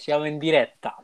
Siamo in diretta.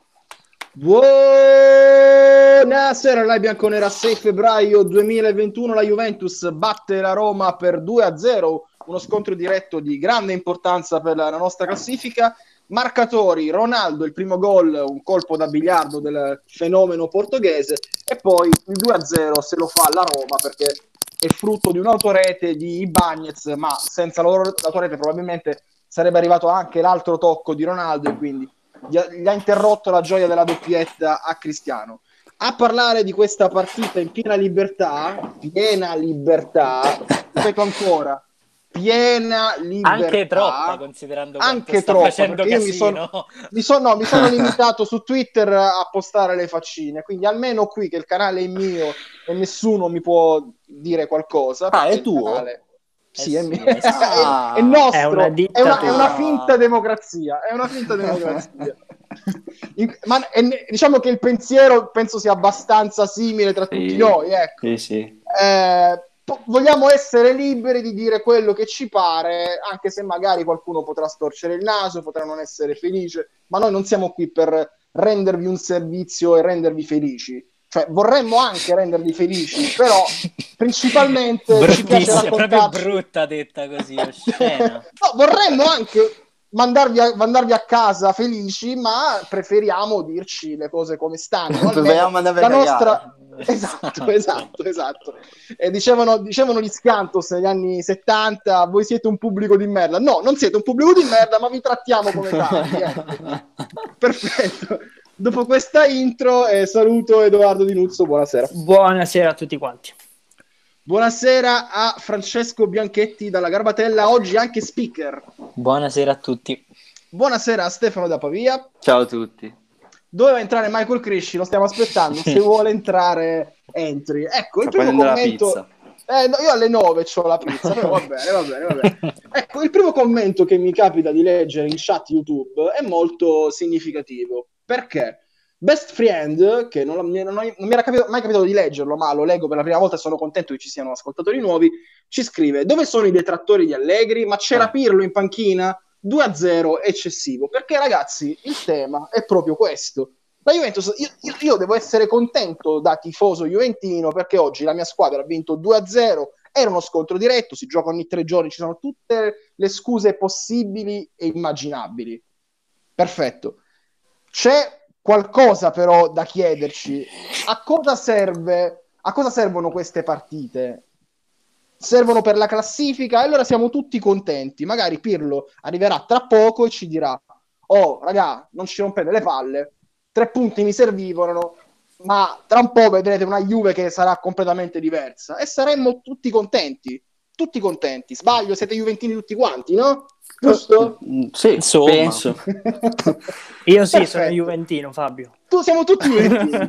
Buonasera, la bianconera. 6 febbraio 2021 la Juventus batte la Roma per 2-0, uno scontro diretto di grande importanza per la nostra classifica. Marcatori: Ronaldo, il primo gol, un colpo da biliardo del fenomeno portoghese, e poi il 2-0 se lo fa la Roma perché è frutto di un'autorete di Ibañez, ma senza l'autorete probabilmente sarebbe arrivato anche l'altro tocco di Ronaldo e quindi gli ha interrotto la gioia della doppietta a Cristiano. A parlare di questa partita in piena libertà, ripeto ancora, piena libertà, anche troppa, considerando quanto anche sta troppa, facendo perché io casino. mi sono limitato su Twitter a postare le faccine, quindi almeno qui che il canale è mio e nessuno mi può dire qualcosa, Ah, perché è il tuo? canale Eh è, sì, è Ah, è una nostro, è una dittatura. finta democrazia, è una finta democrazia. Diciamo che il pensiero penso sia abbastanza simile tra tutti sì, noi, ecco. sì, sì. Vogliamo essere liberi di dire quello che ci pare, anche se magari qualcuno potrà storcere il naso, potrà non essere felice, ma noi non siamo qui per rendervi un servizio e rendervi felici. Cioè, vorremmo anche rendervi felici, però principalmente ci piace Bruttissima, proprio raccontarci. brutta detta così, oscena. No, vorremmo anche mandarvi a casa felici, ma preferiamo dirci le cose come stanno. Proviamo Almeno a mandarvi a la cagare. nostra. Esatto. Dicevano gli Scantos negli anni 70: voi siete un pubblico di merda. No, non siete un pubblico di merda, ma vi trattiamo come tali. Ecco. Perfetto. Dopo questa intro, saluto Edoardo Di Nuzzo, buonasera. Buonasera a tutti quanti. Buonasera a Francesco Bianchetti dalla Garbatella, oggi anche speaker. Buonasera a tutti. Buonasera a Stefano da Pavia. Ciao a tutti. Doveva entrare Michael Crisci, lo stiamo aspettando. Se vuole entrare, entri. Ecco, il Sta primo prendendo la commento. pizza. No, io alle 9 ho la pizza, però va bene. Ecco, il primo commento che mi capita di leggere in chat YouTube è molto significativo. Perché? Best Friend, che non mi era mai capitato di leggerlo, ma lo leggo per la prima volta e sono contento che ci siano ascoltatori nuovi, ci scrive: dove sono i detrattori di Allegri? Ma c'era Pirlo in panchina? 2-0 eccessivo, perché ragazzi il tema è proprio questo. La Juventus, io devo essere contento da tifoso juventino perché oggi la mia squadra ha vinto 2-0, era uno scontro diretto, si gioca ogni 3 giorni, ci sono tutte le scuse possibili e immaginabili. Perfetto. C'è qualcosa però da chiederci: a cosa servono queste partite? Servono per la classifica? E allora siamo tutti contenti. Magari Pirlo arriverà tra poco e ci dirà: oh raga, non ci rompete le palle, 3 punti mi servivano, ma tra un po' vedrete una Juve che sarà completamente diversa, e saremmo tutti contenti. Sbaglio? Siete juventini tutti quanti, no? Giusto? Sì, Insomma. penso. Io sì, Perfetto. sono juventino, Fabio. Siamo tutti juventini.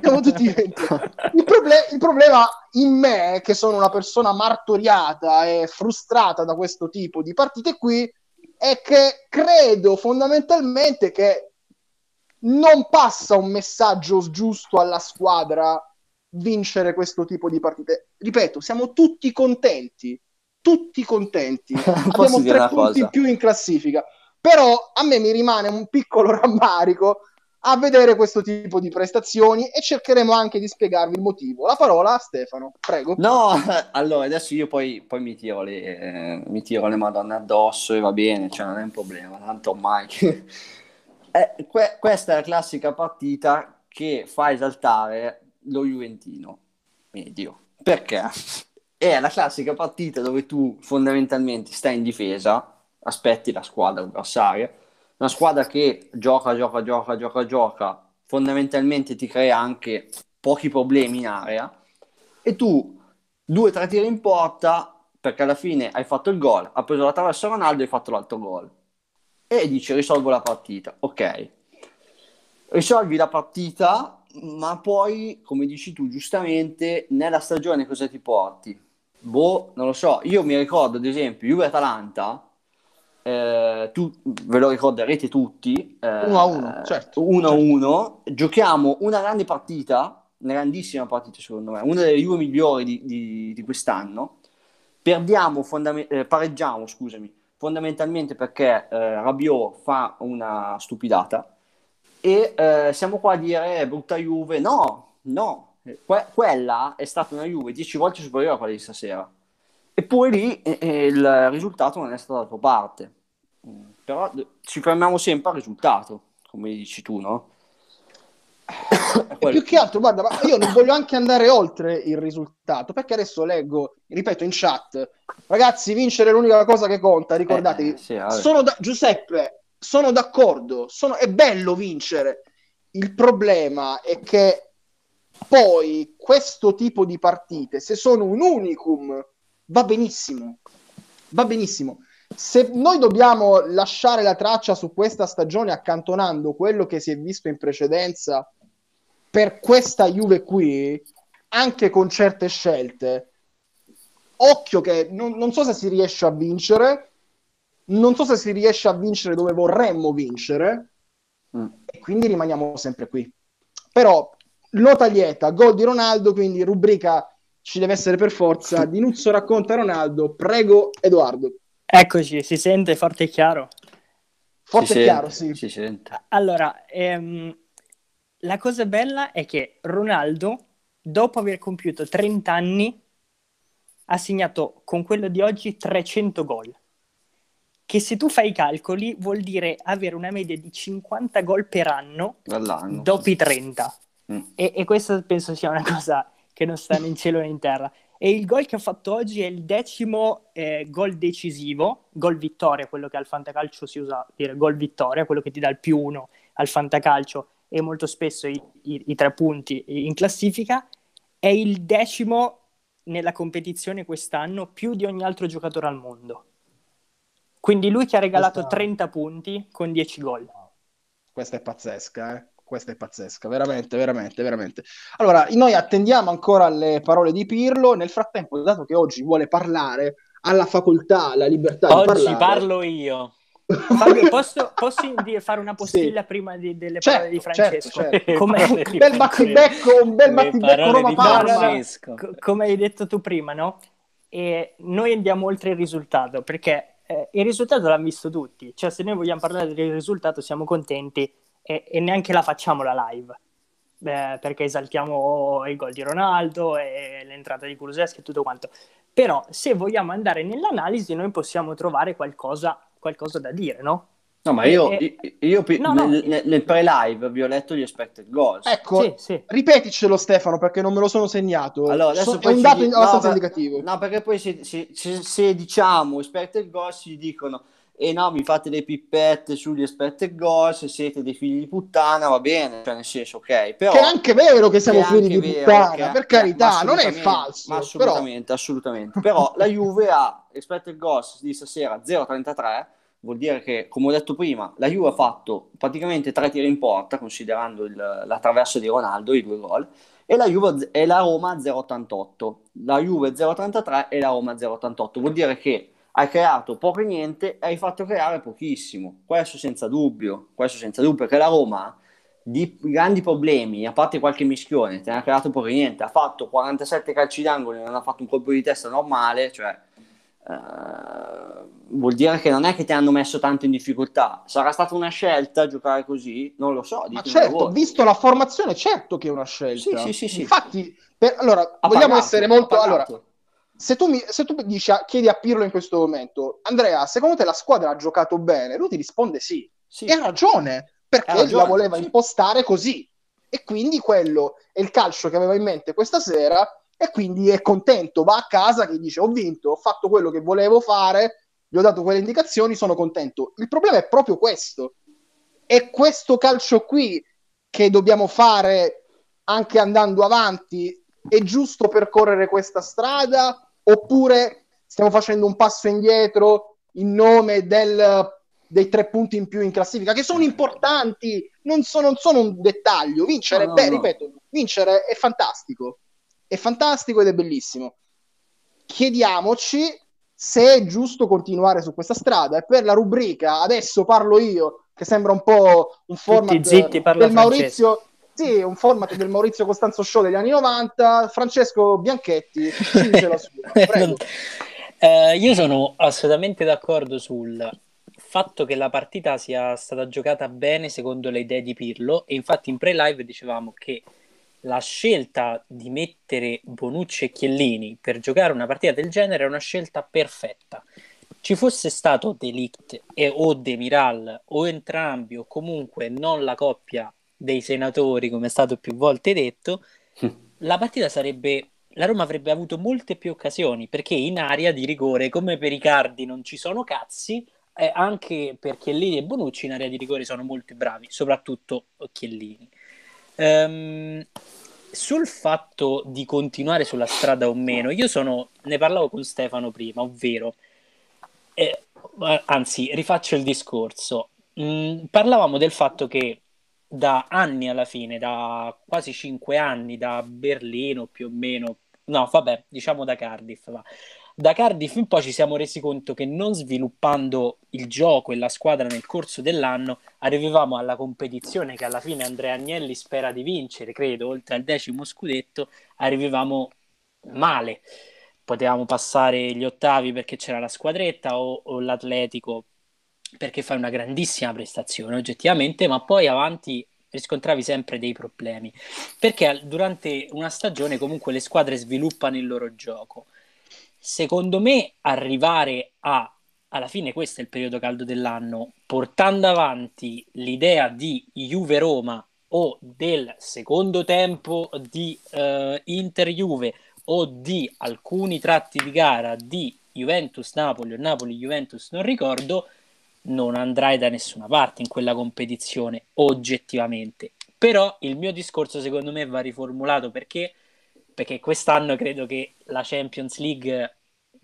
Il problema in me, che sono una persona martoriata e frustrata da questo tipo di partite qui, è che credo fondamentalmente che non passa un messaggio giusto alla squadra vincere questo tipo di partite. Ripeto, siamo tutti contenti. Posso Abbiamo dire 3 una punti in cosa? più in classifica. Però a me mi rimane un piccolo rammarico a vedere questo tipo di prestazioni e cercheremo anche di spiegarvi il motivo. La parola a Stefano, prego. No, allora adesso io poi mi tiro le madonne addosso e va bene, cioè non è un problema, tanto ormai. Questa è la classica partita che fa esaltare lo Juventino medio. Perché? È la classica partita dove tu fondamentalmente stai in difesa, aspetti la squadra avversaria, una squadra che gioca, fondamentalmente ti crea anche pochi problemi in area, e tu 2 o 3 tiri in porta, perché alla fine hai fatto il gol, ha preso la traversa Ronaldo e hai fatto l'altro gol. E dici risolvo la partita. Ok, risolvi la partita, ma poi, come dici tu giustamente, nella stagione cosa ti porti? Boh, non lo so. Io mi ricordo, ad esempio, Juve-Atalanta, ve lo ricorderete tutti, 1-1, certo. 1-1, giochiamo una grande partita, una grandissima partita secondo me, una delle Juve migliori di quest'anno. Pareggiamo, scusami, fondamentalmente perché Rabiot fa una stupidata, e siamo qua a dire brutta Juve. No, quella è stata una Juve 10 volte superiore a quella di stasera, eppure lì il risultato non è stato dalla tua parte. Però ci fermiamo sempre al risultato, come dici tu, no? E più che altro, guarda, ma io non voglio anche andare oltre il risultato, perché adesso leggo, ripeto in chat, ragazzi, vincere è l'unica cosa che conta, ricordatevi. Sì, vabbè. Giuseppe, sono d'accordo, è bello vincere. Il problema è che poi questo tipo di partite, se sono un unicum, va benissimo. Va benissimo. Se noi dobbiamo lasciare la traccia su questa stagione accantonando quello che si è visto in precedenza per questa Juve qui, anche con certe scelte, occhio che non so se si riesce a vincere, non so se si riesce a vincere dove vorremmo vincere, e quindi rimaniamo sempre qui. Però nota lieta, gol di Ronaldo, quindi rubrica ci deve essere per forza. Dinuzzo racconta Ronaldo, prego Edoardo. Eccoci, si sente forte e chiaro? Forte e chiaro, sì. Si sente. Allora, la cosa bella è che Ronaldo, dopo aver compiuto 30 anni, ha segnato con quello di oggi 300 gol. Che se tu fai i calcoli vuol dire avere una media di 50 gol per anno Dall'anno, dopo i 30. E questo penso sia una cosa che non sta né in cielo né in terra. E il gol che ha fatto oggi è il 10° gol decisivo, gol vittoria, quello che al fantacalcio si usa dire gol vittoria, quello che ti dà il +1 al fantacalcio e molto spesso i 3 punti in classifica. È il 10° nella competizione quest'anno, più di ogni altro giocatore al mondo. Quindi lui che ha regalato 30 punti con 10 gol. Questa è pazzesca, eh? Questa è pazzesca, veramente, veramente, veramente. Allora, noi attendiamo ancora le parole di Pirlo. Nel frattempo, dato che oggi vuole parlare, ha la facoltà, la libertà di parlare. Oggi parlo io. Fabio, posso fare una postilla prima delle parole di Francesco? Certo. Un bel battibecco Roma-Parma. Come hai detto tu prima, no? E noi andiamo oltre il risultato, perché il risultato l'hanno visto tutti. Cioè, se noi vogliamo parlare del risultato siamo contenti e neanche la facciamo la live, perché esaltiamo il gol di Ronaldo e l'entrata di Kulusevski e tutto quanto. Però se vogliamo andare nell'analisi noi possiamo trovare qualcosa da dire, no? No, ma io nel pre-live vi ho letto gli expected goals. Ecco, sì. Ripeticelo Stefano, perché non me lo sono segnato. Allora, adesso è un dato abbastanza indicativo. No, perché poi se diciamo expected goals ci dicono no, mi fate le pippette sugli expected goals, se siete dei figli di puttana, va bene, cioè nel senso, ok. Però, che è anche vero che siamo figli di puttana, per carità, non è falso. Ma assolutamente. Però la Juve ha expected goals di stasera 0,33, vuol dire che, come ho detto prima, la Juve ha fatto praticamente 3 tiri in porta, considerando la traversa di Ronaldo, i 2 gol, e la Roma 0,88. La Juve 0,33 e la Roma 0,88. Vuol dire che hai creato poco e niente e hai fatto creare pochissimo. Questo senza dubbio, perché la Roma di grandi problemi, a parte qualche mischione, te ne ha creato poco e niente. Ha fatto 47 calci d'angolo e non ha fatto un colpo di testa normale, cioè vuol dire che non è che ti hanno messo tanto in difficoltà. Sarà stata una scelta giocare così? Non lo so. Ma certo, visto la formazione, certo che è una scelta. Sì. Infatti, allora, vogliamo essere molto... Allora, se tu chiedi a Pirlo in questo momento, Andrea, secondo te la squadra ha giocato bene? Lui ti risponde sì. E ha ragione, perché la voleva impostare così. E quindi quello è il calcio che aveva in mente questa sera, e quindi è contento, va a casa che dice ho vinto, ho fatto quello che volevo fare, gli ho dato quelle indicazioni, sono contento. Il problema è proprio questo. È questo calcio qui che dobbiamo fare anche andando avanti? È giusto percorrere questa strada oppure stiamo facendo un passo indietro in nome dei 3 punti in più in classifica, che sono importanti, non sono un dettaglio. Vincere, ripeto, vincere è fantastico ed è bellissimo. Chiediamoci se è giusto continuare su questa strada, e per la rubrica adesso parlo io, che sembra un po' un format del Maurizio, sì, un format del Maurizio Costanzo Show degli anni 90. Francesco Bianchetti ci dice la sua. Prego. Io sono assolutamente d'accordo sul fatto che la partita sia stata giocata bene secondo le idee di Pirlo, e infatti in pre-live dicevamo che la scelta di mettere Bonucci e Chiellini per giocare una partita del genere è una scelta perfetta. Ci fosse stato De Ligt o Demiral o entrambi, o comunque non la coppia dei senatori, come è stato più volte detto, la partita sarebbe... La Roma avrebbe avuto molte più occasioni, perché in area di rigore, come per Icardi non ci sono cazzi, anche per Chiellini e Bonucci in area di rigore sono molto bravi, soprattutto Chiellini. Sul fatto di continuare sulla strada o meno, ne parlavo con Stefano prima, ovvero, anzi, rifaccio il discorso. Parlavamo del fatto che da anni alla fine, da quasi 5 anni, da Berlino più o meno, no, vabbè, diciamo da Cardiff, va. Da Cardiff in poi ci siamo resi conto che non sviluppando il gioco e la squadra nel corso dell'anno arrivavamo alla competizione che alla fine Andrea Agnelli spera di vincere, credo, oltre al 10° scudetto, arrivavamo male. Potevamo passare gli ottavi perché c'era la squadretta o l'Atletico perché fai una grandissima prestazione oggettivamente, ma poi avanti riscontravi sempre dei problemi, perché durante una stagione comunque le squadre sviluppano il loro gioco. Secondo me arrivare alla fine, questo è il periodo caldo dell'anno, portando avanti l'idea di Juve-Roma o del secondo tempo di Inter-Juve o di alcuni tratti di gara di Juventus-Napoli o Napoli-Juventus, non ricordo, non andrai da nessuna parte in quella competizione oggettivamente. Però il mio discorso secondo me va riformulato perché quest'anno credo che la Champions League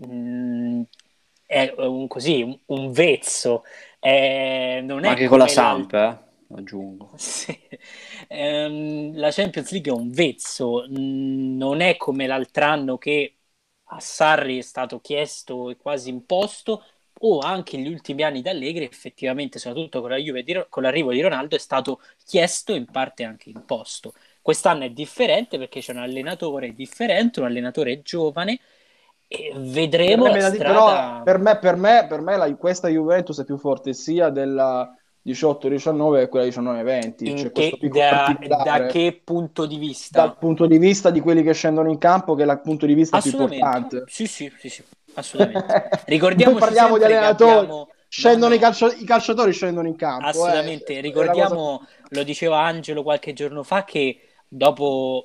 è un vezzo, non Ma è anche con la come Samp, aggiungo. Sì. La Champions League è un vezzo, non è come l'altro anno che a Sarri è stato chiesto e quasi imposto, o anche gli ultimi anni da Allegri effettivamente, soprattutto con la Juve con l'arrivo di Ronaldo, è stato chiesto e in parte anche imposto. Quest'anno è differente perché c'è un allenatore differente, un allenatore giovane, e vedremo la strada. Però per me questa Juventus è più forte sia della 18-19 che quella 19-20. C'è questo picco Da particolare che punto di vista? dal punto di vista di quelli che scendono in campo, che è il punto di vista più Assolutamente, importante. sì, assolutamente. Noi Ricordiamoci parliamo di sempre che allenatori, abbiamo... No, scendono no, i calciatori scendono in campo, assolutamente. è la cosa più... Ricordiamo, lo diceva Angelo qualche giorno fa, che dopo,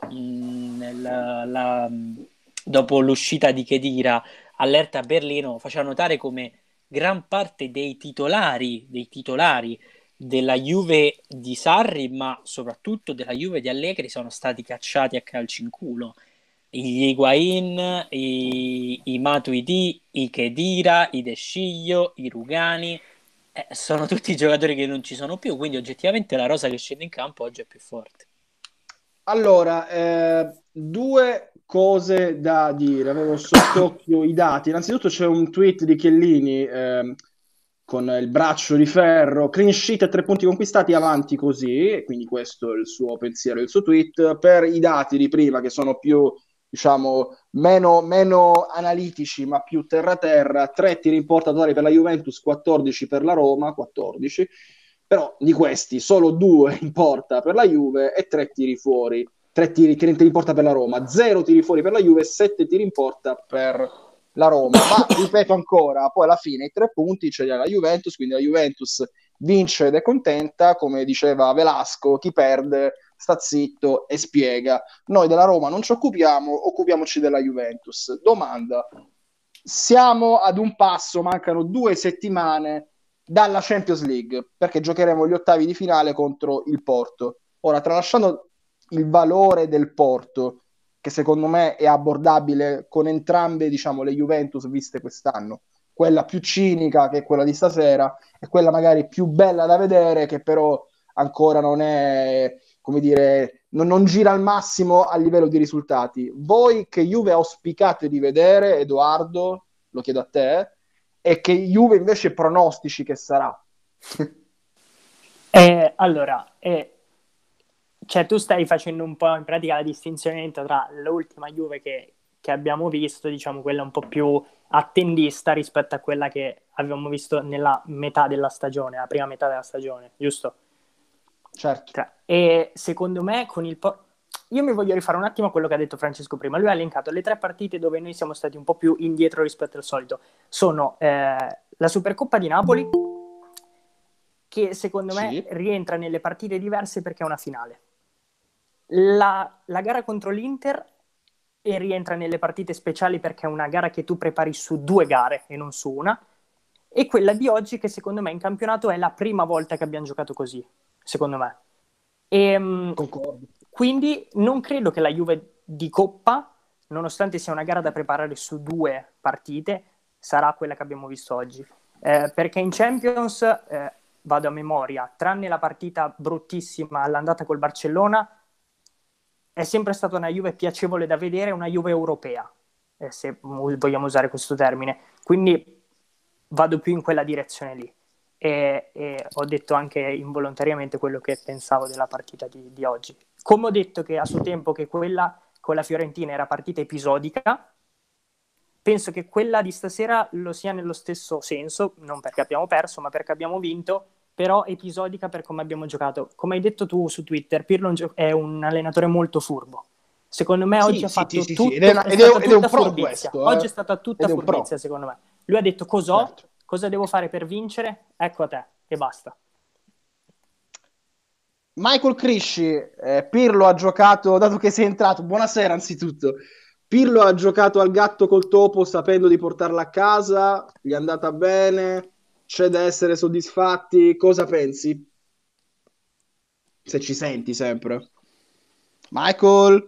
dopo l'uscita di Khedira all'Hertha Berlino faceva notare come gran parte dei titolari della Juve di Sarri, ma soprattutto della Juve di Allegri, sono stati cacciati a calci in culo. Gli Higuain, i Matuidi, i Khedira, i De Sciglio, i Rugani, sono tutti giocatori che non ci sono più, quindi oggettivamente la rosa che scende in campo oggi è più forte. Allora, due cose da dire, avevo sott'occhio i dati. Innanzitutto c'è un tweet di Chiellini con il braccio di ferro, clean sheet e 3 punti conquistati, avanti così, e quindi questo è il suo pensiero, il suo tweet. Per i dati di prima che sono più, diciamo, meno analitici ma più terra-terra, 3 tiri in porta totali per la Juventus, 14 per la Roma, 14. Però di questi solo 2 in porta per la Juve e 3 tiri fuori, 3 tiri in porta per la Roma, 0 tiri fuori per la Juve e 7 tiri in porta per la Roma. Ma ripeto ancora, poi alla fine i 3 punti ce li ha la Juventus, quindi la Juventus vince ed è contenta, come diceva Velasco, chi perde sta zitto e spiega. Noi della Roma non ci occupiamo, occupiamoci della Juventus. Domanda: siamo ad un passo, mancano 2 settimane dalla Champions League, perché giocheremo gli ottavi di finale contro il Porto. Ora, tralasciando il valore del Porto, che secondo me è abbordabile con entrambe, diciamo, le Juventus viste quest'anno, quella più cinica che è quella di stasera e quella magari più bella da vedere, che però ancora non è, come dire, non gira al massimo a livello di risultati. Voi che Juve auspicate di vedere, Edoardo, lo chiedo a te, e che Juve invece pronostici che sarà? Allora, cioè tu stai facendo un po' in pratica la distinzione tra l'ultima Juve che abbiamo visto, diciamo quella un po' più attendista rispetto a quella che avevamo visto nella metà della stagione, la prima metà della stagione, giusto? Certo. E secondo me io mi voglio rifare un attimo a quello che ha detto Francesco prima. Lui ha elencato le 3 partite dove noi siamo stati un po' più indietro rispetto al solito. Sono la Supercoppa di Napoli, che secondo me rientra nelle partite diverse perché è una finale. La gara contro l'Inter e rientra nelle partite speciali perché è una gara che tu prepari su 2 gare e non su una, e quella di oggi che secondo me in campionato è la prima volta che abbiamo giocato così, secondo me. Concordo. Quindi non credo che la Juve di Coppa, nonostante sia una gara da preparare su 2 partite, sarà quella che abbiamo visto oggi, perché in Champions, vado a memoria, tranne la partita bruttissima all'andata col Barcellona, è sempre stata una Juve piacevole da vedere, una Juve europea, se vogliamo usare questo termine. Quindi vado più in quella direzione lì. E ho detto anche involontariamente quello che pensavo della partita di oggi. Come ho detto che a suo tempo che quella con la Fiorentina era partita episodica, penso che quella di stasera lo sia nello stesso senso, non perché abbiamo perso, ma perché abbiamo vinto, però episodica per come abbiamo giocato. Come hai detto tu su Twitter, Pirlo è un allenatore molto furbo. Secondo me oggi ha fatto tutto, ed è un pro questo. Oggi è stata tutta furbizia, secondo me. Lui ha detto Certo. Cosa devo fare per vincere? Ecco a te, e basta. Michael Crisci, Pirlo ha giocato, dato che sei entrato, buonasera anzitutto. Pirlo ha giocato al gatto col topo sapendo di portarla a casa, gli è andata bene, c'è da essere soddisfatti. Cosa pensi? Se ci senti sempre. Michael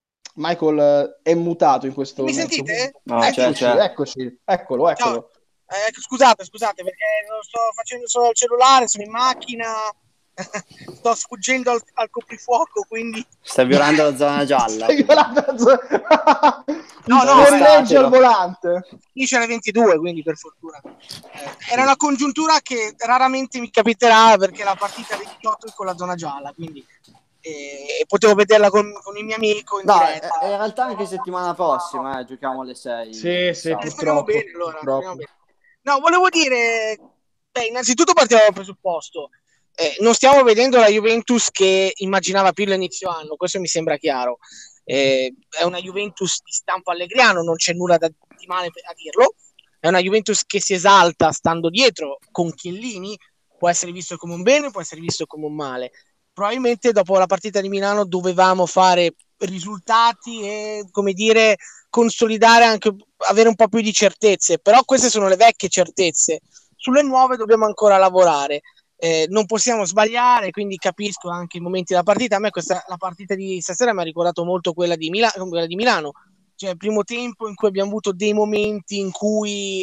è mutato in questo Mi momento. sentite? No, Eccoci, eccolo. Ciao. Scusate perché lo sto facendo solo al cellulare, sono in macchina, sto sfuggendo al coprifuoco, quindi... Stai violando la zona gialla. Stai violando la zona... No, legge al volante. Finisce alle 22, quindi per fortuna. Era una congiuntura che raramente mi capiterà perché la partita alle 18 è con la zona gialla, quindi potevo vederla con il mio amico in diretta. In realtà anche settimana prossima giochiamo alle 6. Sì, speriamo bene, allora. Speriamo bene. No, volevo dire, innanzitutto partiamo dal presupposto. Non stiamo vedendo la Juventus che immaginava Pirlo inizio anno, questo mi sembra chiaro. È una Juventus di stampo allegriano, non c'è nulla di male a dirlo. È una Juventus che si esalta stando dietro con Chiellini, può essere visto come un bene, può essere visto come un male. Probabilmente dopo la partita di Milano dovevamo fare risultati e, come dire, consolidare, anche avere un po' più di certezze, però queste sono le vecchie certezze, sulle nuove dobbiamo ancora lavorare. Non possiamo sbagliare, quindi capisco anche i momenti della partita. A me la partita di stasera mi ha ricordato molto quella di Milano, cioè il primo tempo in cui abbiamo avuto dei momenti in cui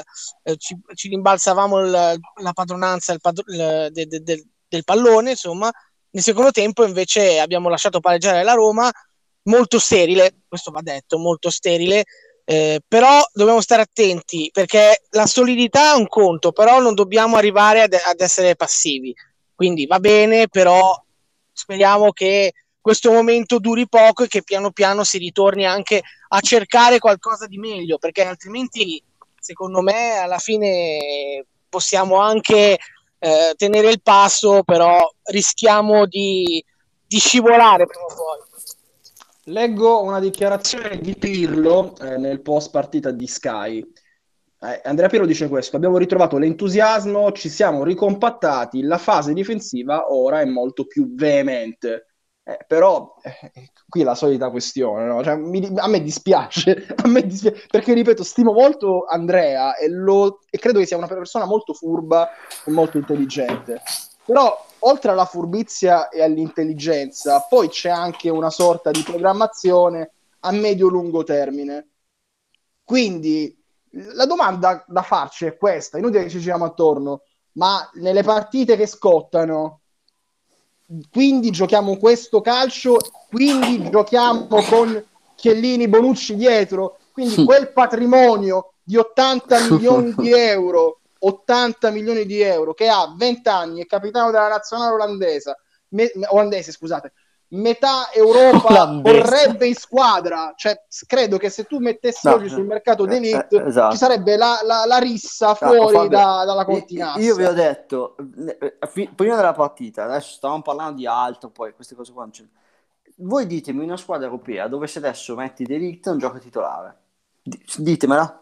ci rimbalzavamo la padronanza del pallone, insomma. Nel secondo tempo invece abbiamo lasciato pareggiare la Roma, molto sterile, questo va detto, molto sterile, però dobbiamo stare attenti perché la solidità è un conto, però non dobbiamo arrivare ad essere passivi, quindi va bene, però speriamo che questo momento duri poco e che piano piano si ritorni anche a cercare qualcosa di meglio, perché altrimenti secondo me alla fine possiamo anche tenere il passo, però rischiamo di scivolare prima o poi. Leggo una dichiarazione di Pirlo nel post partita di Sky. Andrea Pirlo dice questo: abbiamo ritrovato l'entusiasmo, ci siamo ricompattati, la fase difensiva ora è molto più veemente. Però qui è la solita questione, no? Cioè, a me dispiace, perché ripeto, stimo molto Andrea e credo che sia una persona molto furba e molto intelligente. Però oltre alla furbizia e all'intelligenza, poi c'è anche una sorta di programmazione a medio-lungo termine. Quindi la domanda da farci è questa, inutile che ci giriamo attorno, ma nelle partite che scottano, quindi giochiamo questo calcio, quindi giochiamo con Chiellini, Bonucci dietro, quindi quel patrimonio di 80 milioni di euro 80 milioni di euro, che ha 20 anni, è capitano della nazionale olandese, scusate, metà Europa Olandese. correbbe in squadra. Cioè, credo che se tu mettessi oggi sul mercato d'elite esatto. ci sarebbe la rissa fuori Fabio, dalla continassa. io vi ho detto prima della partita, adesso stavamo parlando di altro, poi queste cose qua non c'è. Voi ditemi una squadra europea dove se adesso metti d'elite non gioca titolare. Ditemela.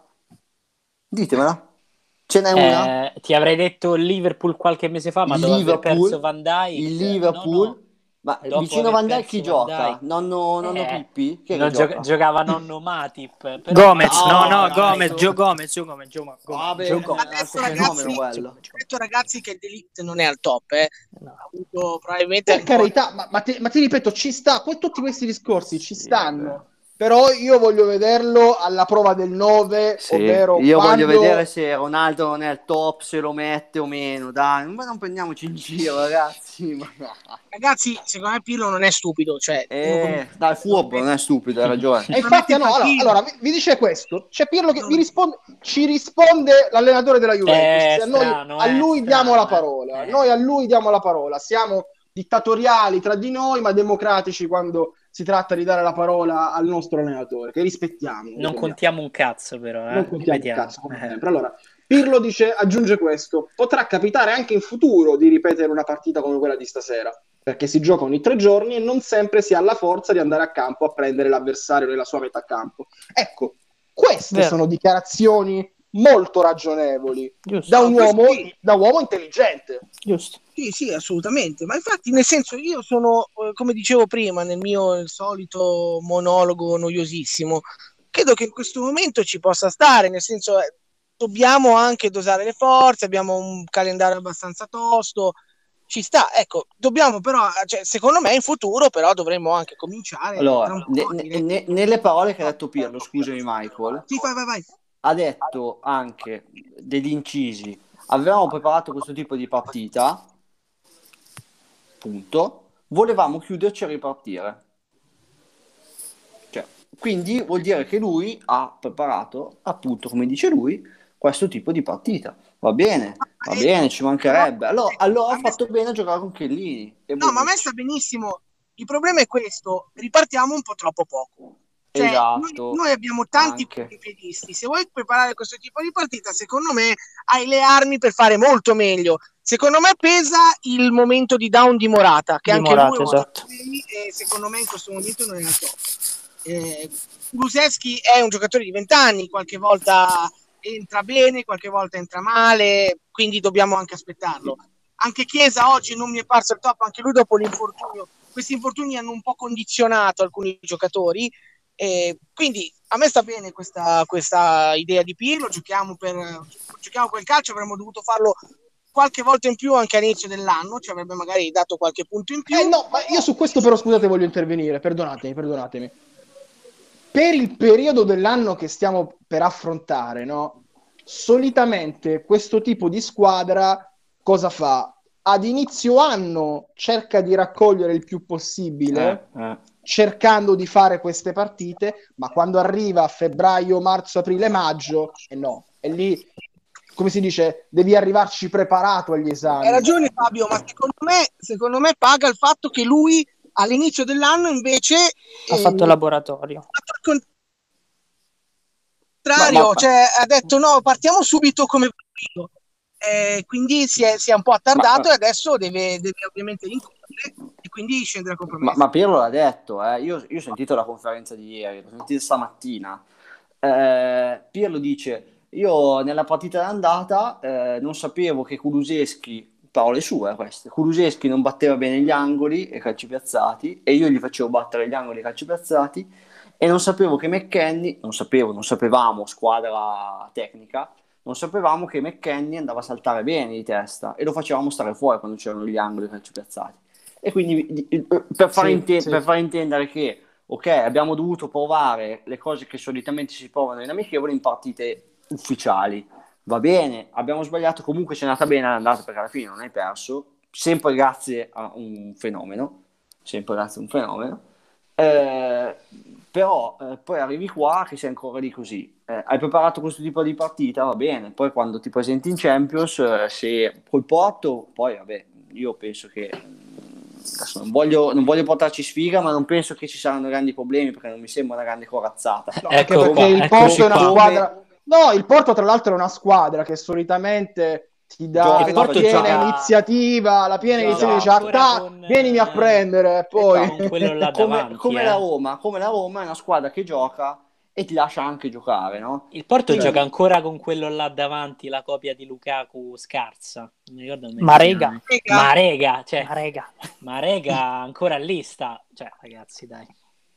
Ce n'è una? Ti avrei detto il Liverpool qualche mese fa, ma dopo aver perso Van Dijk. Il Liverpool. No. Ma Dopo vicino a aver Van Dijk chi perso Van gioca? Dijk. Nonno Pippi? Chi è non che gioca? giocava nonno Matip. Però Gomez, no, Gomez, no. Joe Gomez. Vabbè, Adesso fenomeno quello. ho detto ragazzi che Delict non è al top, No. ha avuto probabilmente Per carità, ma ti ripeto, ci sta, tutti questi discorsi ci stanno, però io voglio vederlo alla prova del 9, Sì, ovvero io quando... voglio vedere se Ronaldo non è al top, se lo mette o meno, dai, ma non prendiamoci in giro, ragazzi. Ragazzi, secondo me Pirlo non è stupido, cioè Dai, furbo, non è stupido, hai ragione. E infatti no, allora vi dice questo, c'è Pirlo che ci risponde l'allenatore della Juventus, a lui diamo la parola, noi a lui diamo la parola, siamo dittatoriali tra di noi ma democratici quando si tratta di dare la parola al nostro allenatore, che rispettiamo. Non contiamo un cazzo però, non contiamo un cazzo come sempre. Allora, Pirlo aggiunge questo: potrà capitare anche in futuro di ripetere una partita come quella di stasera, perché si gioca ogni 3 giorni e non sempre si ha la forza di andare a campo a prendere l'avversario nella sua metà campo. Ecco, queste sono dichiarazioni molto ragionevoli. Giusto. Da uomo intelligente. Giusto. Sì, assolutamente. Ma infatti, nel senso, io sono, come dicevo prima, nel mio solito monologo noiosissimo, credo che in questo momento ci possa stare, nel senso, dobbiamo anche dosare le forze, abbiamo un calendario abbastanza tosto, ci sta, ecco, dobbiamo però, cioè, secondo me in futuro però dovremmo anche cominciare. Allora, nelle parole che ha detto Pirlo, scusami Michael, sì, vai. Ha detto anche degli incisi: avevamo preparato questo tipo di partita, punto, volevamo chiuderci a ripartire. Cioè, quindi vuol dire che lui ha preparato, appunto, come dice lui, questo tipo di partita. Va bene, ci mancherebbe. Allora ha fatto bene a giocare con Chiellini. No, ma a me sta benissimo. Il problema è questo: ripartiamo un po' troppo poco. Cioè, esatto, noi abbiamo tanti piedisti. Se vuoi preparare questo tipo di partita, secondo me hai le armi per fare molto meglio. Secondo me pesa il momento di down di Morata, che anche lui esatto. E secondo me in questo momento non è al top. Kulusevski è un giocatore di 20 anni, qualche volta entra bene, qualche volta entra male, quindi dobbiamo anche aspettarlo. Anche Chiesa oggi non mi è parso il top, anche lui dopo l'infortunio. Questi infortuni hanno un po' condizionato alcuni giocatori. Quindi a me sta bene questa idea di Pirlo, giochiamo quel calcio, avremmo dovuto farlo qualche volta in più anche all'inizio dell'anno, ci avrebbe magari dato qualche punto in più. No, ma io su questo però scusate voglio intervenire, perdonatemi. Per il periodo dell'anno che stiamo per affrontare, no? Solitamente questo tipo di squadra cosa fa? Ad inizio anno cerca di raccogliere il più possibile, cercando di fare queste partite, ma quando arriva a febbraio, marzo, aprile, maggio, è lì, come si dice, devi arrivarci preparato agli esami. Hai ragione Fabio, ma secondo me paga il fatto che lui all'inizio dell'anno invece ha fatto laboratorio. Cioè ha detto no, partiamo subito come partito. Quindi si è un po' attardato e adesso deve ovviamente rincorrere e quindi scendere a compromesso. Ma Pirlo l'ha detto, io ho sentito la conferenza di ieri, l'ho sentita stamattina. Pirlo dice: io nella partita d'andata non sapevo che Kulusevski, parole sue queste, Kulusevski non batteva bene gli angoli e calci piazzati e io gli facevo battere gli angoli e calci piazzati, e non sapevo che McKennie, non sapevamo, squadra tecnica, non sapevamo che McKennie andava a saltare bene di testa e lo facevamo stare fuori quando c'erano gli angoli e calci piazzati. E quindi per far intendere che ok, abbiamo dovuto provare le cose che solitamente si provano in amichevoli in partite ufficiali. Va bene, abbiamo sbagliato, comunque c'è andata bene l'andata perché alla fine non hai perso, sempre grazie a un fenomeno. Però poi arrivi qua che sei ancora lì così. Hai preparato questo tipo di partita, va bene, poi quando ti presenti in Champions, se col Porto, poi vabbè, io penso che adesso non voglio portarci sfiga, ma non penso che ci saranno grandi problemi, perché non mi sembra una grande corazzata. No, anche perché il Porto è una squadra. No, il Porto tra l'altro è una squadra che solitamente ti dà la piena iniziativa, dice vienimi a prendere, poi con quello là davanti, come la Roma è una squadra che gioca e ti lascia anche giocare, no? Il Porto gioca ancora con quello là davanti, la copia di Lukaku scarsa. Non mi ricordo Marega ancora lì sta. Cioè, ragazzi, dai.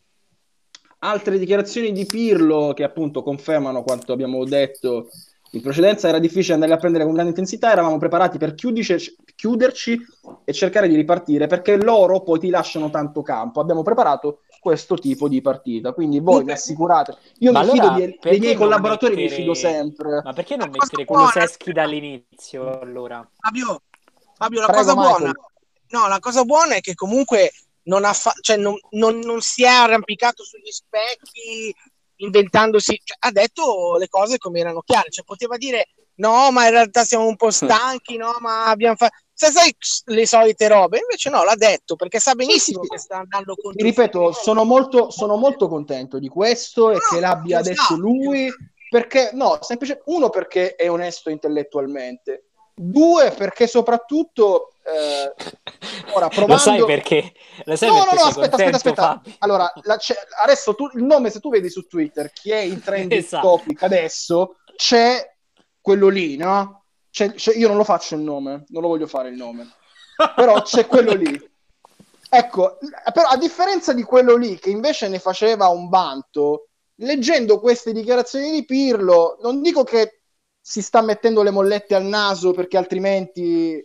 Altre dichiarazioni di Pirlo che appunto confermano quanto abbiamo detto in precedenza. Era difficile andare a prendere con grande intensità, eravamo preparati per chiuderci e cercare di ripartire, perché loro poi ti lasciano tanto campo. Abbiamo preparato questo tipo di partita, quindi voi mi assicurate. Io mi fido dei miei collaboratori, mi fido sempre. Ma perché non mettere Kulusevski dall'inizio, allora? Fabio, la cosa buona... No, la cosa buona è che comunque non si è arrampicato sugli specchi inventandosi, ha detto le cose come erano chiare, cioè poteva dire no, ma in realtà siamo un po' stanchi, no, ma abbiamo fatto, sai, le solite robe, invece no, l'ha detto perché sa benissimo che sta andando contro. Ti ripeto, sono molto contento di questo, e che l'abbia detto lui, perché semplicemente, uno, perché è onesto intellettualmente, due, perché soprattutto ora provando... Lo sai perché? Aspetta. Allora, adesso il nome, se tu vedi su Twitter chi è in trending topic adesso, c'è quello lì, no? Io non lo faccio il nome, non lo voglio fare il nome, però c'è quello lì. Ecco, però a differenza di quello lì che invece ne faceva un vanto, leggendo queste dichiarazioni di Pirlo, non dico che si sta mettendo le mollette al naso perché altrimenti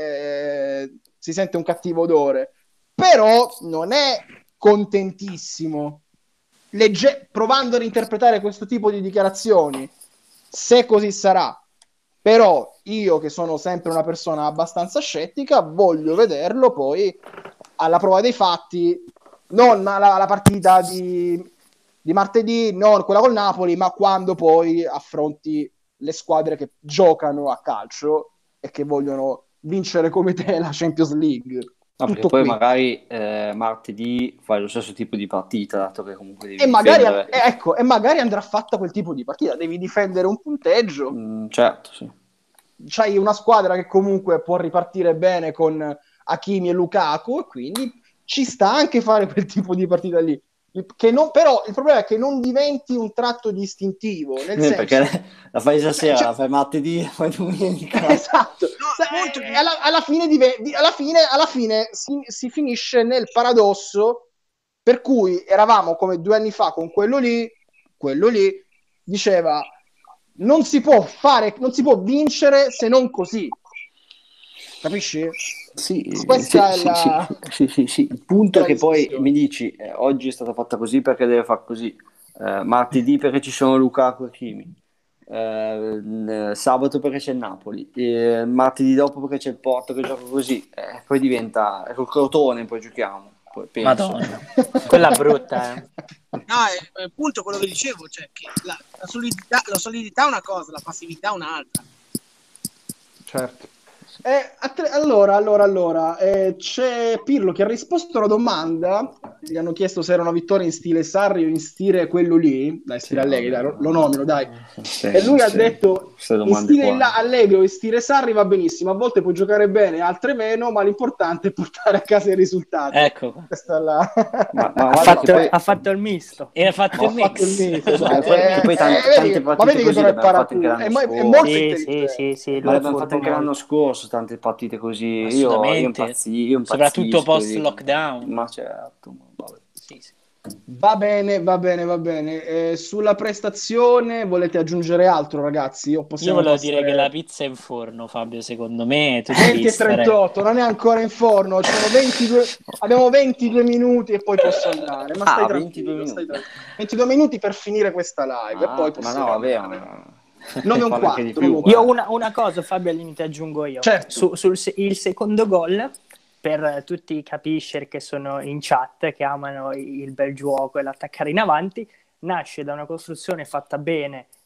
si sente un cattivo odore, però non è contentissimo. Provando a reinterpretare questo tipo di dichiarazioni, se così sarà, però io, che sono sempre una persona abbastanza scettica, voglio vederlo poi alla prova dei fatti, non la partita di martedì, non quella col Napoli, ma quando poi affronti le squadre che giocano a calcio e che vogliono vincere come te la Champions League. No, perché poi magari martedì fai lo stesso tipo di partita, dato che comunque devi difendere. E magari andrà fatta quel tipo di partita, devi difendere un punteggio. Certo, sì. C'hai una squadra che comunque può ripartire bene con Hakimi e Lukaku, e quindi ci sta anche fare quel tipo di partita lì. Però il problema è che non diventi un tratto distintivo, nel senso, perché la fai stasera, la fai martedì, la fai domenica. Esatto. Alla fine si finisce nel paradosso per cui eravamo come 2 anni fa con quello lì diceva non si può vincere se non così. Capisci? Sì. Il punto è che poi mi dici oggi è stata fatta così perché deve far così, martedì perché ci sono Lukaku e Kimi, sabato perché c'è il Napoli, martedì dopo perché c'è il Porto che gioca così, poi diventa col Crotone, poi giochiamo. Madonna, quella brutta. No, è appunto quello che dicevo, cioè che la solidità è una cosa, la passività è un'altra. Certo. Allora, c'è Pirlo che ha risposto a una domanda. Gli hanno chiesto se era una vittoria in stile Sarri o in stile quello lì, dai, stile Allegri, dai, lo nomino, dai. E lui ha detto in stile Allegri o in stile Sarri va benissimo, a volte puoi giocare bene, altre meno, ma l'importante è portare a casa i risultati. Ecco. Questa è la... ha fatto il misto. E ha fatto il mix. Poi tante partite così l'abbiamo fatte anche l'anno scorso. Sì, ma l'abbiamo fatte anche l'anno scorso, tante partite così. Io impazzisco, soprattutto post lockdown. Ma certo, vabbè. Sì. Va bene. Sulla prestazione volete aggiungere altro, ragazzi? Io volevo dire che la pizza è in forno, Fabio, secondo me 20:38, non è ancora in forno, abbiamo 22 minuti e poi posso andare. Ma stai tranquillo, 22 minuti per finire questa live e poi possiamo andare. 9:15. Io una cosa, Fabio, al limite aggiungo io. Certo. Il secondo gol, per tutti i capiscer che sono in chat, che amano il bel gioco e l'attaccare in avanti, nasce da una costruzione fatta bene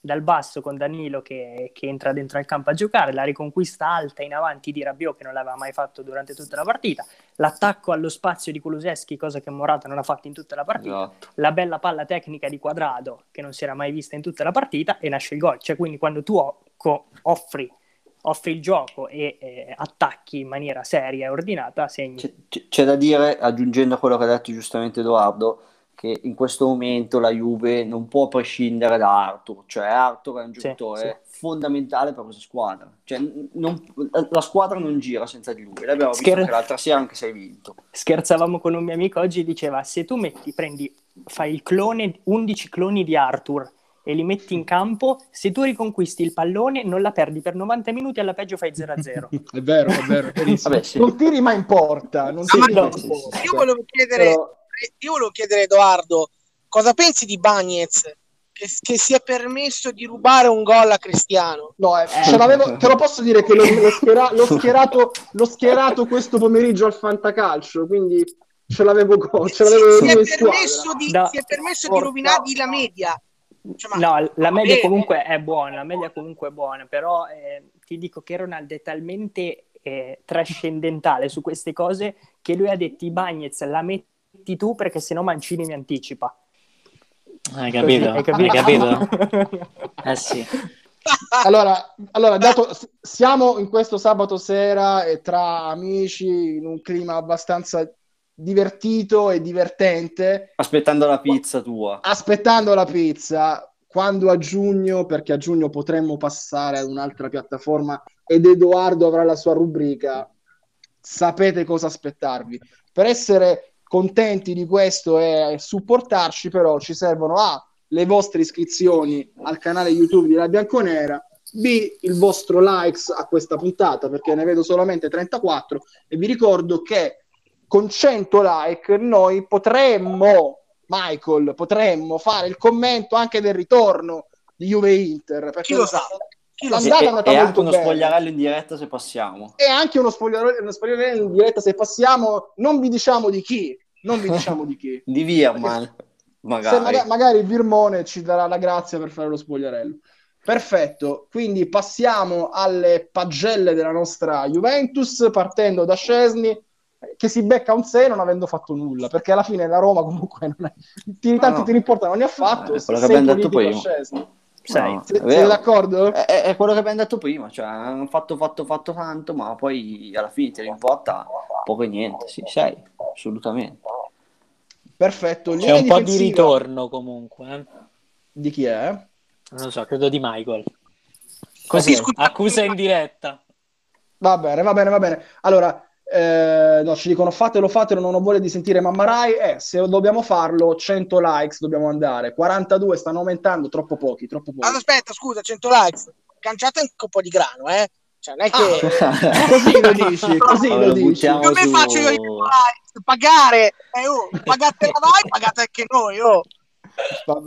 dal basso con Danilo che entra dentro al campo a giocare, la riconquista alta in avanti di Rabiot che non l'aveva mai fatto durante tutta la partita, l'attacco allo spazio di Kulusevski, cosa che Morata non ha fatto in tutta la partita, Esatto. la bella palla tecnica di Quadrado che non si era mai vista in tutta la partita e nasce il gol. Cioè, quindi quando tu offri il gioco e attacchi in maniera seria e ordinata, segni. C'è da dire, aggiungendo a quello che ha detto giustamente Edoardo, che in questo momento la Juve non può prescindere da Arthur, cioè Arthur è un giocatore fondamentale per questa squadra, cioè, la squadra non gira senza di lui, l'abbiamo visto anche l'altra sera, anche se hai vinto. Scherzavamo con un mio amico oggi, diceva: se tu fai il clone, 11 cloni di Arthur e li metti in campo, se tu riconquisti il pallone non la perdi per 90 minuti, alla peggio fai 0-0. È vero, Vabbè, sì. Non tiri mai in porta, non Sì, tiri mai in sì, porta. Io volevo chiedere, Edoardo, cosa pensi di Bagnez che si è permesso di rubare un gol a Cristiano? No, te lo posso dire che l'ho schierato questo pomeriggio al Fantacalcio, quindi ce l'avevo si è permesso di rovinargli la media. Cioè, no, la media comunque è buona, però ti dico che Ronaldo è talmente trascendentale su queste cose che lui ha detto: Bagnez la metti tu perché sennò Mancini mi anticipa. Hai capito? Hai capito? Sì. Allora, dato siamo in questo sabato sera e tra amici in un clima abbastanza divertito e divertente, aspettando la pizza tua, quando a giugno, perché a giugno potremmo passare ad un'altra piattaforma ed Edoardo avrà la sua rubrica, sapete cosa aspettarvi. Per essere contenti di questo e supportarci, però ci servono le vostre iscrizioni al canale YouTube di La Bianconera, B, il vostro likes a questa puntata, perché ne vedo solamente 34, e vi ricordo che con 100 like noi potremmo fare il commento anche del ritorno di Juve Inter, perché chi lo sa? L'andata è andata e molto anche uno bene. spogliarello in diretta se passiamo. E anche uno spogliarello in diretta se passiamo, non vi diciamo di chi. Di Virman, magari. Magari il Virmone ci darà la grazia per fare lo spogliarello. Perfetto, quindi passiamo alle pagelle della nostra Juventus, partendo da Szczesny, che si becca un 6 non avendo fatto nulla, perché alla fine la Roma comunque non è... tanto ti importa, non ne ha fatto. Quello che abbiamo detto prima. Siete d'accordo? È quello che abbiamo detto prima, cioè hanno fatto tanto, ma poi alla fine ti importa poco e niente. Sì, sei, assolutamente. Perfetto. C'è un po' di ritorno comunque. Di chi è? Non lo so, credo di Michael. Così, accusa in diretta. Va bene. Allora, no, ci dicono fatelo, non ho voglia di sentire Mamma Rai. Se dobbiamo farlo, 100 likes dobbiamo andare. 42 stanno aumentando, troppo pochi. Allora, aspetta, scusa, 100 likes. Canciate anche un po' di grano, Cioè, non è che... così lo dici. Come faccio io 100 likes? Pagare! Pagate la Rai, pagate anche noi, Va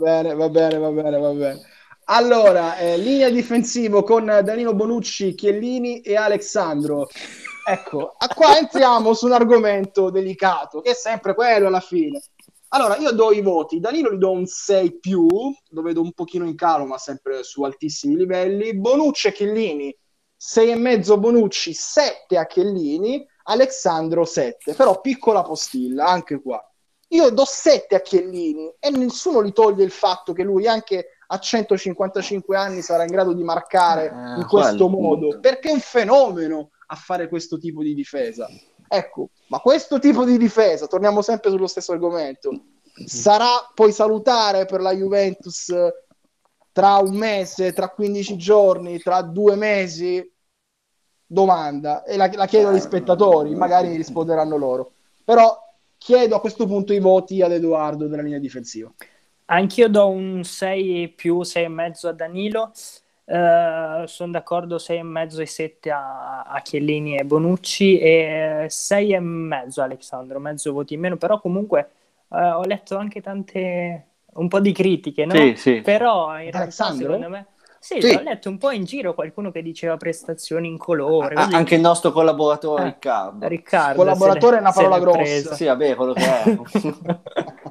bene. Allora, linea difensivo con Danilo Bonucci, Chiellini e Alexandro. Ecco, qua entriamo su un argomento delicato, che è sempre quello alla fine. Allora, io do i voti. Danilo gli do un 6+, lo vedo un pochino in calo, ma sempre su altissimi livelli. Bonucci e Chiellini, 6,5 Bonucci, 7 a Chiellini, Alexandro 7. Però piccola postilla, anche qua. Io do 7 a Chiellini e nessuno gli toglie il fatto che lui anche a 155 anni sarà in grado di marcare in questo modo, perché è un fenomeno a fare questo tipo di difesa. Ecco, ma questo tipo di difesa, torniamo sempre sullo stesso argomento, sarà poi salutare per la Juventus tra un mese, tra 15 giorni, tra 2 mesi? Domanda, e la chiedo agli spettatori, magari mi risponderanno loro. Però chiedo a questo punto i voti ad Edoardo della linea difensiva. Anch'io do un 6+, 6,5 a Danilo. Sono d'accordo, 6,5 e 7 a Chiellini e Bonucci e 6,5 Alexandro, mezzo voti in meno, però comunque ho letto anche un po' di critiche, no? Sì. Però in realtà Alexandro? secondo me sì, ho letto un po' in giro qualcuno che diceva prestazioni in colore. Anche il nostro collaboratore Riccardo. Collaboratore è una parola grossa. Sì, vabbè, quello che è.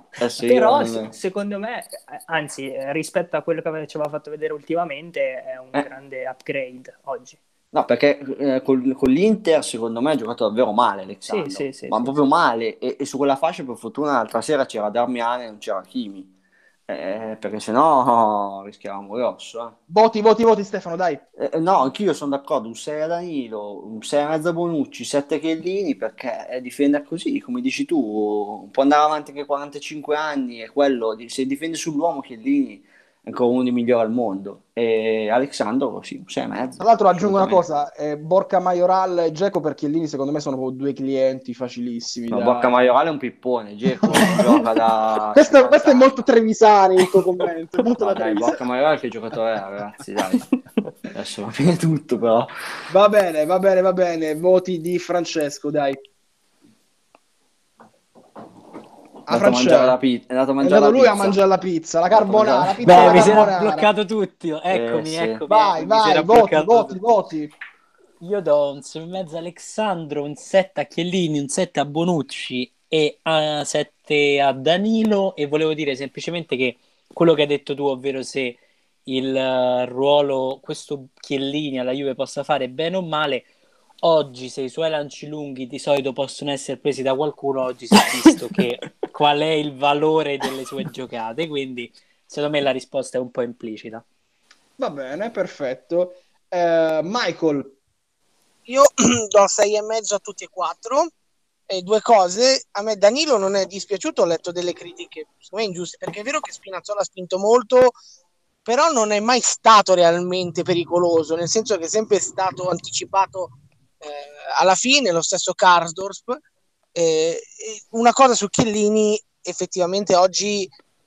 Adesso Però io... secondo me, anzi, rispetto a quello che ci aveva fatto vedere ultimamente, è un grande upgrade oggi. No, perché con l'Inter secondo me ha giocato davvero male Alexandro, ma proprio male, e su quella fascia per fortuna l'altra sera c'era Darmian e non c'era Kimi, perché sennò rischiavamo grosso. Voti Stefano, dai. No, anch'io sono d'accordo, un 6 a Danilo, un 6 e mezzo a Bonucci, 7 Chiellini, perché difende così, come dici tu, può andare avanti anche 45 anni, e quello, se difende sull'uomo Chiellini è ancora uno dei migliori al mondo, e Alexandro sì, un 6 e mezzo. Tra l'altro aggiungo una cosa, Borca Majoral e Dzeko per Chiellini secondo me sono proprio due clienti facilissimi. Ma Borca Maioral è un pippone, Dzeko gioca da... questo è molto Trevisani il tuo commento, molto no, da dai, Trevisani. Borca Maioral che giocatore è, ragazzi, dai. Adesso va bene tutto, però. Va bene, voti di Francesco, dai. È andato a mangiare la pizza. È andato lui a mangiare la pizza, la carbonara, la pizza. Beh, mi si era bloccato tutti. Eccomi, sì. eccomi. Vai, voti. Io do un 6,5 a Alexandro, un 7 a Chiellini, un 7 a Bonucci e a 7 a Danilo. E volevo dire semplicemente che quello che hai detto tu, ovvero se il ruolo questo Chiellini alla Juve possa fare bene o male, oggi se i suoi lanci lunghi di solito possono essere presi da qualcuno, oggi si è visto che qual è il valore delle sue giocate, quindi secondo me la risposta è un po' implicita. Va bene, perfetto. Michael. Io do 6,5 a tutti e quattro. E due cose, a me Danilo non è dispiaciuto, ho letto delle critiche secondo me ingiuste, perché è vero che Spinazzola ha spinto molto, però non è mai stato realmente pericoloso, nel senso che è sempre stato anticipato alla fine, lo stesso Karsdorp. Una cosa su Chiellini, effettivamente oggi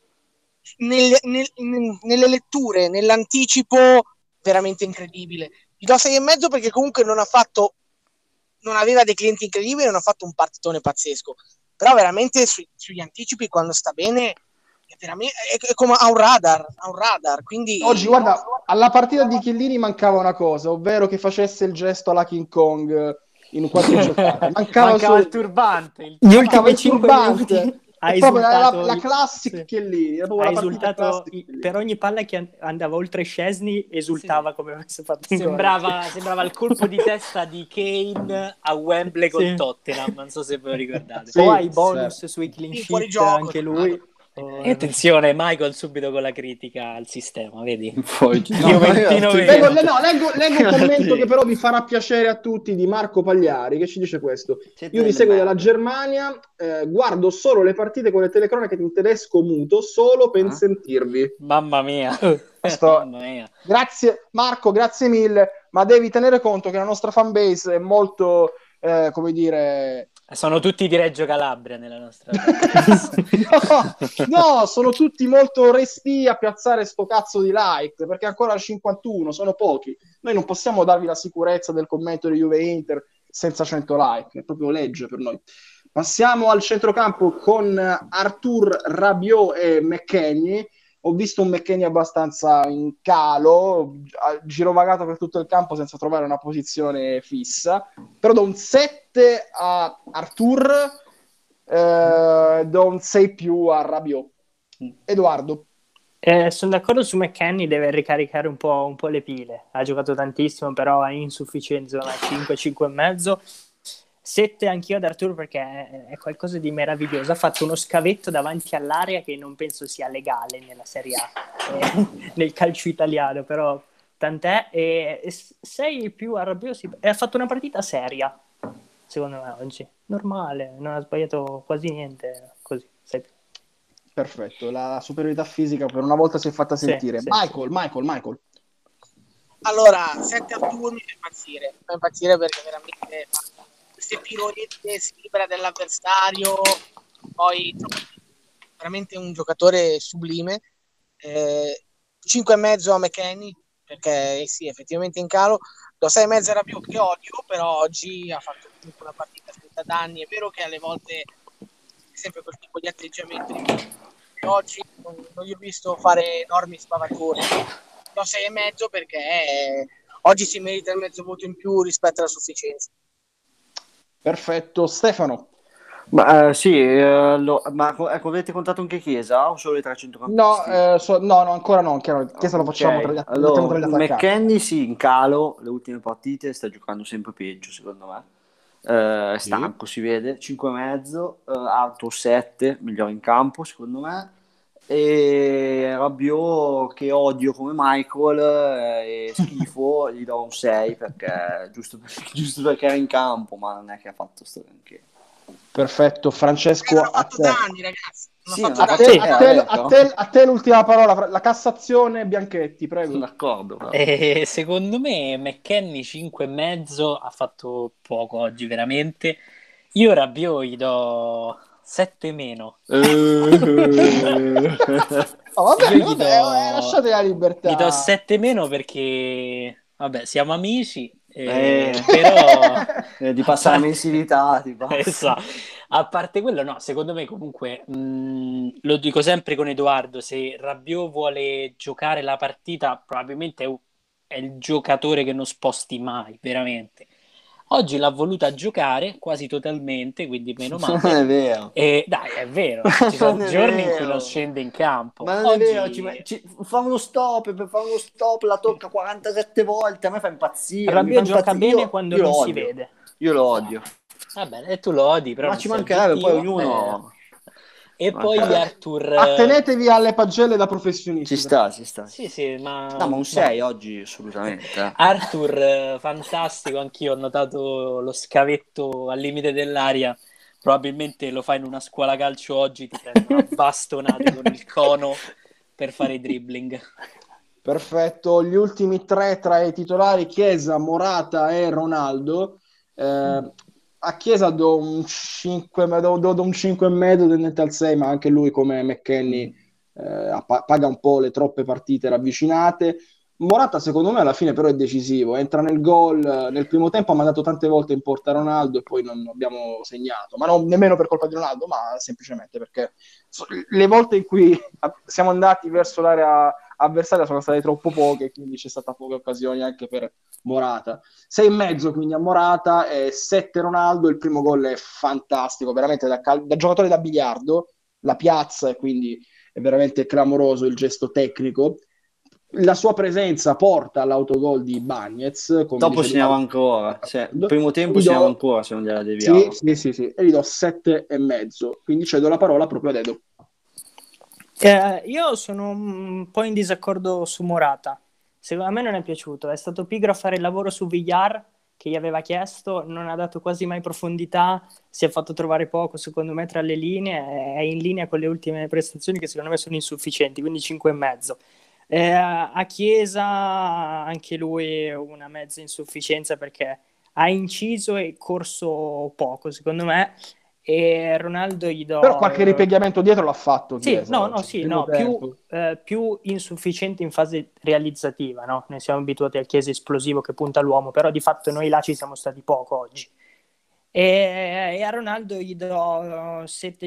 nelle letture, nell'anticipo, veramente incredibile. Gli do 6,5 perché comunque non aveva dei clienti incredibili, non ha fatto un partitone pazzesco, però veramente sugli anticipi quando sta bene è come a un radar, quindi oggi guarda, alla partita di Chiellini mancava una cosa, ovvero che facesse il gesto alla King Kong in quanto giocate. Mancava il turbante, gli ultimi 5 minuti ha esultato la classic Chiellini, ha esultato per ogni palla che andava oltre Szczesny, esultava come avesse fatto un sembrava il colpo di testa di Kane a Wembley col Tottenham, non so se ve lo ricordate. Poi hai bonus sui clean sheet anche lui. E attenzione, Michael subito con la critica al sistema, vedi? Leggo un commento che però vi farà piacere a tutti di Marco Pagliari che ci dice questo: io vi seguo dalla Germania, guardo solo le partite con le telecronache in tedesco muto solo per sentirvi. Mamma mia. Mamma mia. Grazie Marco, grazie mille, ma devi tenere conto che la nostra fanbase è molto come dire, sono tutti di Reggio Calabria nella nostra no, sono tutti molto resti a piazzare sto cazzo di like, perché ancora 51 sono pochi, noi non possiamo darvi la sicurezza del commento di Juve Inter senza 100 like, è proprio legge per noi. Passiamo al centrocampo con Arthur, Rabiot e McKennie. Ho visto un McKennie abbastanza in calo, girovagato per tutto il campo senza trovare una posizione fissa, però do un 7 a Arthur, do un 6 più a Rabiot. Edoardo. Sono d'accordo su McKennie, deve ricaricare un po' le pile, ha giocato tantissimo, però è insufficiente, zona 5 e mezzo. 7 anch'io ad Arthur perché è qualcosa di meraviglioso, ha fatto uno scavetto davanti all'area che non penso sia legale nella Serie A, nel calcio italiano, però tant'è. E 6 più a Rabiot, ha fatto una partita seria secondo me oggi, normale, non ha sbagliato quasi niente, così 6 più. Perfetto, la superiorità fisica per una volta si è fatta sentire. Michael. Allora, 7 Arthur mi fa impazzire perché veramente queste piroette si libera dell'avversario, poi veramente un giocatore sublime. 5,5 a McKennie perché sì, effettivamente in calo. Do 6,5 a Rabiot che odio, però oggi ha fatto comunque una partita senza danni. È vero che alle volte è sempre quel tipo di atteggiamento e oggi non gli ho visto fare enormi spavature. Do 6,5 perché oggi si merita il mezzo voto in più rispetto alla sufficienza. Perfetto, Stefano. Ma sì, avete contato anche Chiesa o solo i 300 No, campisti? no, ancora no, chiaro, Chiesa lo facciamo Ok, lo mettiamo tra allora gli attaccanti. McKennie sì, in calo, le ultime partite sta giocando sempre peggio secondo me. È Sì. stanco, si vede, 5,5, Arthur 7, migliore in campo secondo me. E Rabiot che odio come Michael, e schifo, gli do un 6 perché giusto perché era in campo, ma non è che ha fatto sto granché. Perfetto, Francesco, Non ho a fatto te. danni, ragazzi. Non ho Sì, non fatto ha A danni. fatto... te, Vai, vai. vabbè, però. a te l'ultima parola, la Cassazione Bianchetti, Sono prego. d'accordo, però. E secondo me McKennie 5,5 ha fatto poco oggi, veramente. Io Rabiot gli do 7 meno. Oh, va Io bene, lasciate la gli do libertà. 7 meno perché, vabbè, siamo amici, Eh, però di a passare la parte... mensilità, ti passa. Esatto. A parte quello, no, secondo me comunque, lo dico sempre con Edoardo, se Rabiot vuole giocare la partita, probabilmente è il giocatore che non sposti mai, veramente. Oggi l'ha voluta giocare quasi totalmente, quindi meno Non male. è vero. E dai, è vero, ci sono Non è giorni in cui non vero. scende in campo. Ma non è vero, Oggi fa uno stop, per fare uno stop la tocca 47 volte, a me fa impazzire, mi fa Rabiot gioca impazzire. bene quando Io lo non si odio, vede. io lo odio. vabbè, e tu lo odi, però Ma non ci sei mancherebbe, poi oggettivo. ognuno... E poi Arthur, Attenetevi alle pagelle da Ci professionisti, per sta, favore. ci sta. sì, sì, No, ma ma un vabbè. 6 oggi assolutamente. Arthur, fantastico, anch'io ho notato lo scavetto al limite dell'aria. Probabilmente lo fai in una scuola calcio oggi, ti prendono a bastonate con il cono per fare i dribbling. Perfetto, gli ultimi tre tra i titolari, Chiesa, Morata e Ronaldo. A Chiesa do un 5, do un 5 e mezzo, tendente al 6, ma anche lui come McKennie paga un po' le troppe partite ravvicinate. Morata secondo me alla fine però è decisivo, entra nel gol, nel primo tempo ha mandato tante volte in porta Ronaldo e poi non abbiamo segnato, ma non nemmeno per colpa di Ronaldo, ma semplicemente perché le volte in cui siamo andati verso l'area avversaria sono state troppo poche, quindi c'è stata poche occasioni anche per Morata. 6,5 quindi a Morata e 7 Ronaldo, il primo gol è fantastico, veramente da giocatore da biliardo, la piazza e quindi è veramente clamoroso il gesto tecnico. La sua presenza porta all'autogol di Bagnez, come Dopo dice segniamo Edoardo. ancora, il primo E tempo gli segniamo do, ancora se non gliela sì, deviamo. sì, sì, sì, e gli do 7,5. Quindi cedo la parola proprio ad Edo. Io sono un po' in disaccordo su Morata. Secondo me non è piaciuto. È stato pigro a fare il lavoro su Villar che gli aveva chiesto, non ha dato quasi mai profondità, si è fatto trovare poco, secondo me, tra le linee. È in linea con le ultime prestazioni che secondo me sono insufficienti, quindi 5,5. A Chiesa anche lui una mezza insufficienza perché ha inciso e corso poco, secondo me. E Ronaldo gli Però qualche do ripiegamento dietro l'ha fatto sì, Chiesa, no, cioè, il sì, primo no, tempo. più insufficiente in fase realizzativa, no? Ne siamo abituati al Chiesa esplosivo che punta all'uomo, però di fatto noi là ci siamo stati poco oggi. E a Ronaldo gli do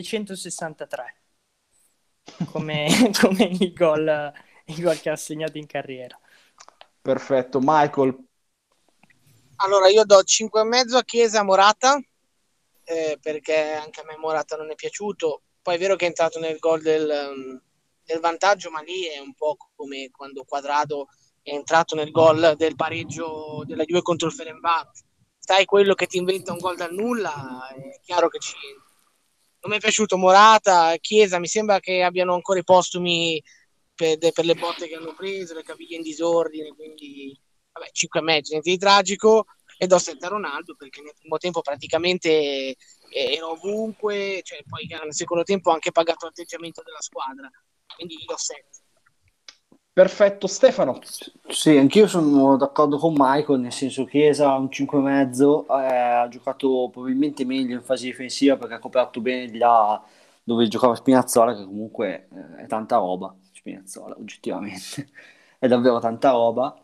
763 come, come il gol che ha segnato in carriera. Perfetto, Michael. Allora, io do 5,5 a Chiesa Morata, perché anche a me Morata non è piaciuto. Poi è vero che è entrato nel gol del vantaggio, ma lì è un po' come quando Quadrado è entrato nel gol del pareggio della Juve contro il Fenerbahce. Sai quello che ti inventa un gol dal nulla, è chiaro che ci entra. Non mi è piaciuto Morata, Chiesa, mi sembra che abbiano ancora i postumi per le botte che hanno preso, le caviglie in disordine, quindi vabbè, 5,5, niente di tragico, e do 7 a Ronaldo perché nel primo tempo praticamente era ovunque, cioè, poi nel secondo tempo ha anche pagato l'atteggiamento della squadra, quindi gli do 7. Perfetto, Stefano. Sì, anch'io sono d'accordo con Michael, nel senso che Chiesa un 5,5, ha giocato probabilmente meglio in fase difensiva perché ha coperto bene di là dove giocava Spinazzola, che comunque è tanta roba, Spinazzola, oggettivamente, è davvero tanta roba.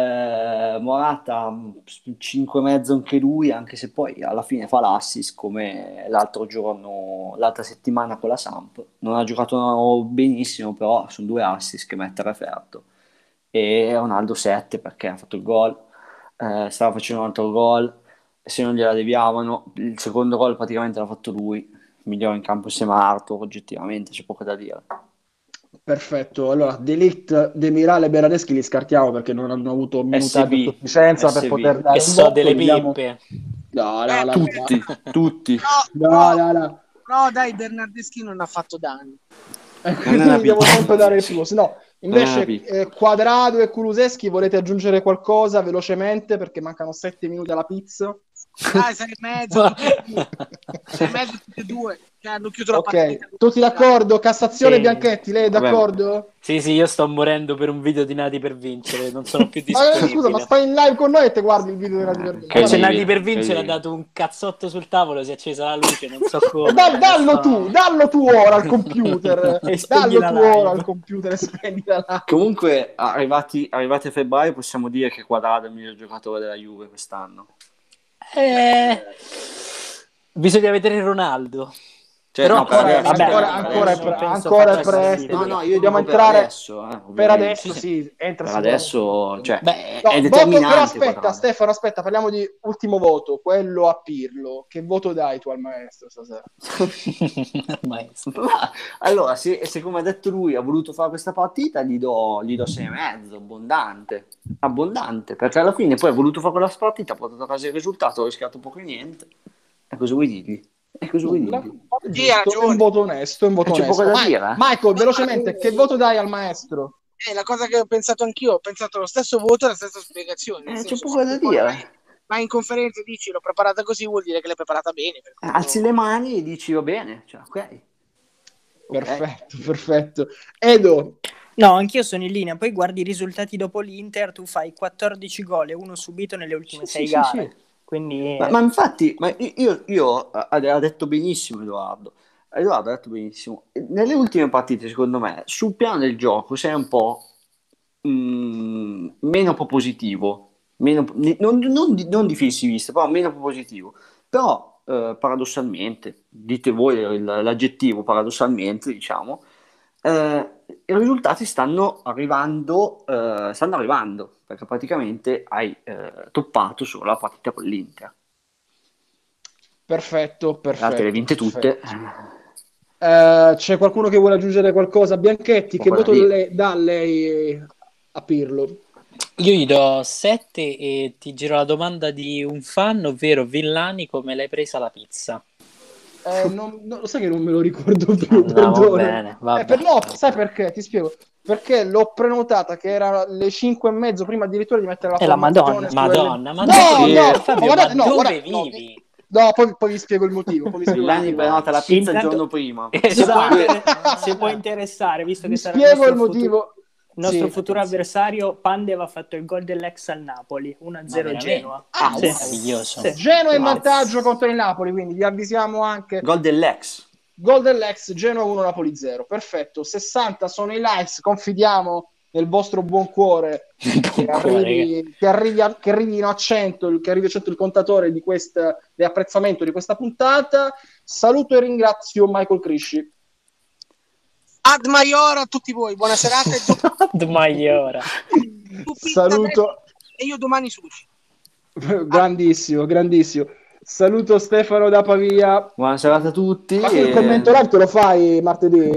Morata 5,5 anche lui, anche se poi alla fine fa l'assist come l'altro giorno, l'altra settimana con la Samp. Non ha giocato benissimo, però sono due assist che mette a referto. E Ronaldo 7 perché ha fatto il gol, stava facendo un altro gol, se non gliela deviavano, il secondo gol praticamente l'ha fatto lui, migliore in campo insieme a Arthur, oggettivamente c'è poco da dire. Perfetto, allora Delict, Demiral e Beradeschi li scartiamo perché non hanno avuto minutaggio a SB, sufficienza per SB. poter dare Che un so voto, delle vediamo- pippe. No, Tutti. no. No, dai, Bernardeschi non ha fatto danni. Quindi una devo pizza. sempre dare il plus. No, invece Non è una Quadrado e Kuluseschi, volete aggiungere qualcosa velocemente perché mancano 7 minuti alla pizza? Dai, 6,5, tutti e due, che hanno chiuso la partita. Ok, tutti d'accordo? Cassazione Sì. Bianchetti, lei è Vabbè. d'accordo? Sì, io sto morendo per un video di Nati per vincere, non sono più Ma disponibile. scusa, ma stai in live con noi e te guardi il video della divertente? Che C'è Vabbè. Nati per vincere, ha Incredibile. dato un cazzotto sul tavolo, si è accesa la luce, non so come. Dallo tu ora al computer. E spegni Dallo la tu live. ora al computer e spegni la live. Comunque, arrivati a febbraio, possiamo dire che Quadrado è il miglior giocatore della Juve quest'anno. Bisogna vedere Ronaldo. Cioè, Però no, per adesso, vabbè, ancora non penso è faccia presto. No, io Dobbiamo dico entrare per adesso. per Ovviamente. adesso, sì, entra Per sicuramente. adesso, cioè, Beh, No, è voto, determinante. però aspetta, Quadrado. Stefano, parliamo di ultimo voto, quello a Pirlo. Che voto dai tu al maestro stasera? Maestro. Ma, allora, se come ha detto lui ha voluto fare questa partita, gli do 6,5, abbondante, perché alla fine poi ha voluto fare quella partita, ha portato a casa il risultato, ha rischiato poco e niente. E cosa vuoi dirgli? Sì, ha ragione. Un voto onesto, un voto C'è onesto. poco da dire, eh? Michael, velocemente, che voto dai al maestro? È la cosa che ho pensato anch'io, ho pensato lo stesso voto e la stessa spiegazione. Nel C'è senso, poco da se poi dire. vai in conferenza e dici l'ho preparata così, vuol dire che l'hai preparata bene. per cui Alzi le mani e dici va bene, cioè, ok. Perfetto. Edo, No, anch'io sono in linea. Poi guardi i risultati dopo l'Inter, tu fai 14 gol e uno subito nelle ultime 6 gare. Sì. Quindi Ma infatti, io ha detto benissimo Edoardo ha detto benissimo. Nelle ultime partite, secondo me, sul piano del gioco sei un po' meno propositivo, non difensivista, però meno propositivo. Però paradossalmente, dite voi l'aggettivo paradossalmente, diciamo, i risultati stanno arrivando, perché praticamente hai toppato solo la partita con l'Inter. perfetto. Le altre le vinte tutte. C'è qualcuno che vuole aggiungere qualcosa? Bianchetti, che Poco da voto dire. dà lei a Pirlo? Io gli do 7 e ti giro la domanda di un fan, ovvero Villani, come l'hai presa la pizza? Lo sai che non me lo ricordo più, Andiamo perdona. bene, vabbè. No, sai perché? Ti spiego. Perché l'ho prenotata che era le 5:30 prima addirittura di mettere la È la formazione Madonna, ma No, dove- no, Fabio, guardate, ma no, dove guarda- no, vivi? No, poi vi spiego il motivo. Poi vi spiego il Villani motivo. prenota la pizza il Intanto- giorno prima. Esatto. se può interessare, visto Vi che sarà spiego il nostro motivo. il nostro Sì. futuro avversario, Pandev ha fatto il gol dell'ex al Napoli, 1-0 veramente? Genoa. Ah, Sì. meraviglioso. Sì. Genoa in Wow. vantaggio contro il Napoli, quindi vi avvisiamo anche. Gol dell'ex. Gol dell'ex, Genoa 1, Napoli 0. Perfetto, 60 sono i likes, confidiamo nel vostro buon cuore che arrivino a 100, che arrivi a 100 il contatore di apprezzamento di questa puntata. Saluto e ringrazio Michael Crisci. Ad Maiora a tutti voi, buona serata e Ad Maiora. Saluto. E io domani sushi. Grandissimo. Saluto Stefano da Pavia. Buona serata a tutti. Ma tu il commento live te lo fai martedì?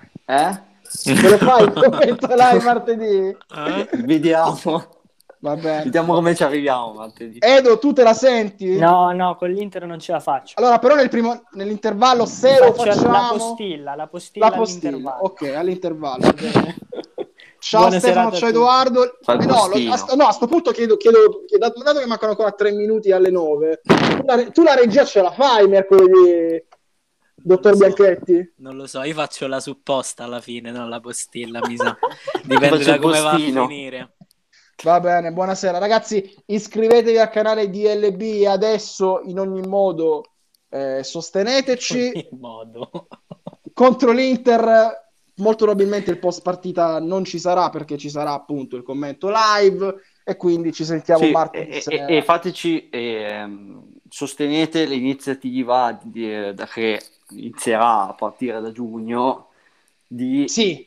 Te lo fai il commento live martedì? Vediamo. Va bene. Vediamo come ci arriviamo martedì. Edo, tu te la senti? No, con l'Inter non ce la faccio. Allora, però nell'intervallo, se lo Faccio facciamo... la postilla all'intervallo. Ok, all'intervallo. Ciao Buona Stefano, serata a ciao tutti. Edoardo. Fa il postino. A sto punto chiedo, dato che mancano ancora 3 minuti alle 9, tu la regia ce la fai mercoledì, dottor Bianchetti? Non lo so, io faccio la supposta alla fine, non la postilla, mi sa. Dipende da come va a postino. finire. Va bene, buonasera. Ragazzi, iscrivetevi al canale DLB e adesso in ogni modo sosteneteci. In modo. Contro l'Inter molto probabilmente il post partita non ci sarà perché ci sarà appunto il commento live e quindi ci sentiamo Sì, martedì sera. e fateci sostenete l'iniziativa che inizierà a partire da giugno di Sì.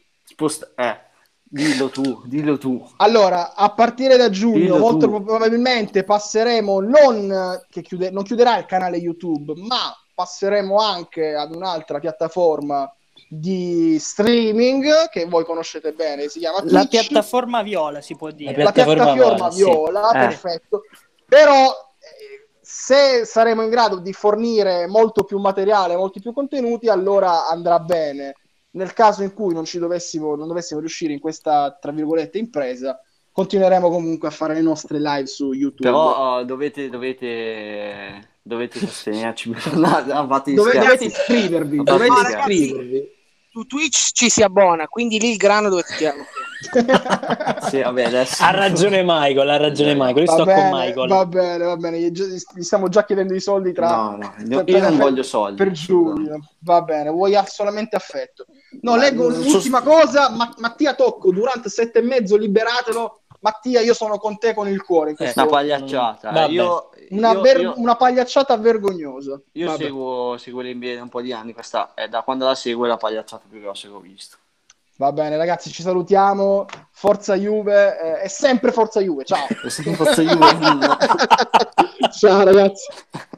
dillo tu. Allora, a partire da giugno Dillo molto tu. probabilmente passeremo non chiuderà il canale YouTube, ma passeremo anche ad un'altra piattaforma di streaming che voi conoscete bene, si chiama Twitch. La piattaforma viola, si può dire. La piattaforma viola, sì. Perfetto. Però se saremo in grado di fornire molto più materiale, molti più contenuti, allora andrà bene. Nel caso in cui non dovessimo riuscire in questa, tra virgolette, impresa, continueremo comunque a fare le nostre live su YouTube. Però dovete sostenerci. Dovete iscrivervi. Su Twitch ci si abbona, quindi lì il grano dovete tirarlo. Sì, vabbè, adesso... Ha ragione Michael. Io sto con Michael. Va bene. Gli stiamo già chiedendo i soldi No, io non voglio soldi. Per giugno. Va bene, vuoi solamente affetto. No, leggo l'ultima cosa. Mattia Tocco, durante 7 e mezzo, liberatelo. Mattia, io sono con te con il cuore. In questo... Una pagliacciata. Una pagliacciata vergognosa. Io seguo l'NBA da un po' di anni. Questa è da quando la seguo è la pagliacciata più grossa che ho visto. Va bene, ragazzi, ci salutiamo. Forza Juve, è sempre Forza Juve. Ciao. È sempre Forza Juve. Ciao, ragazzi.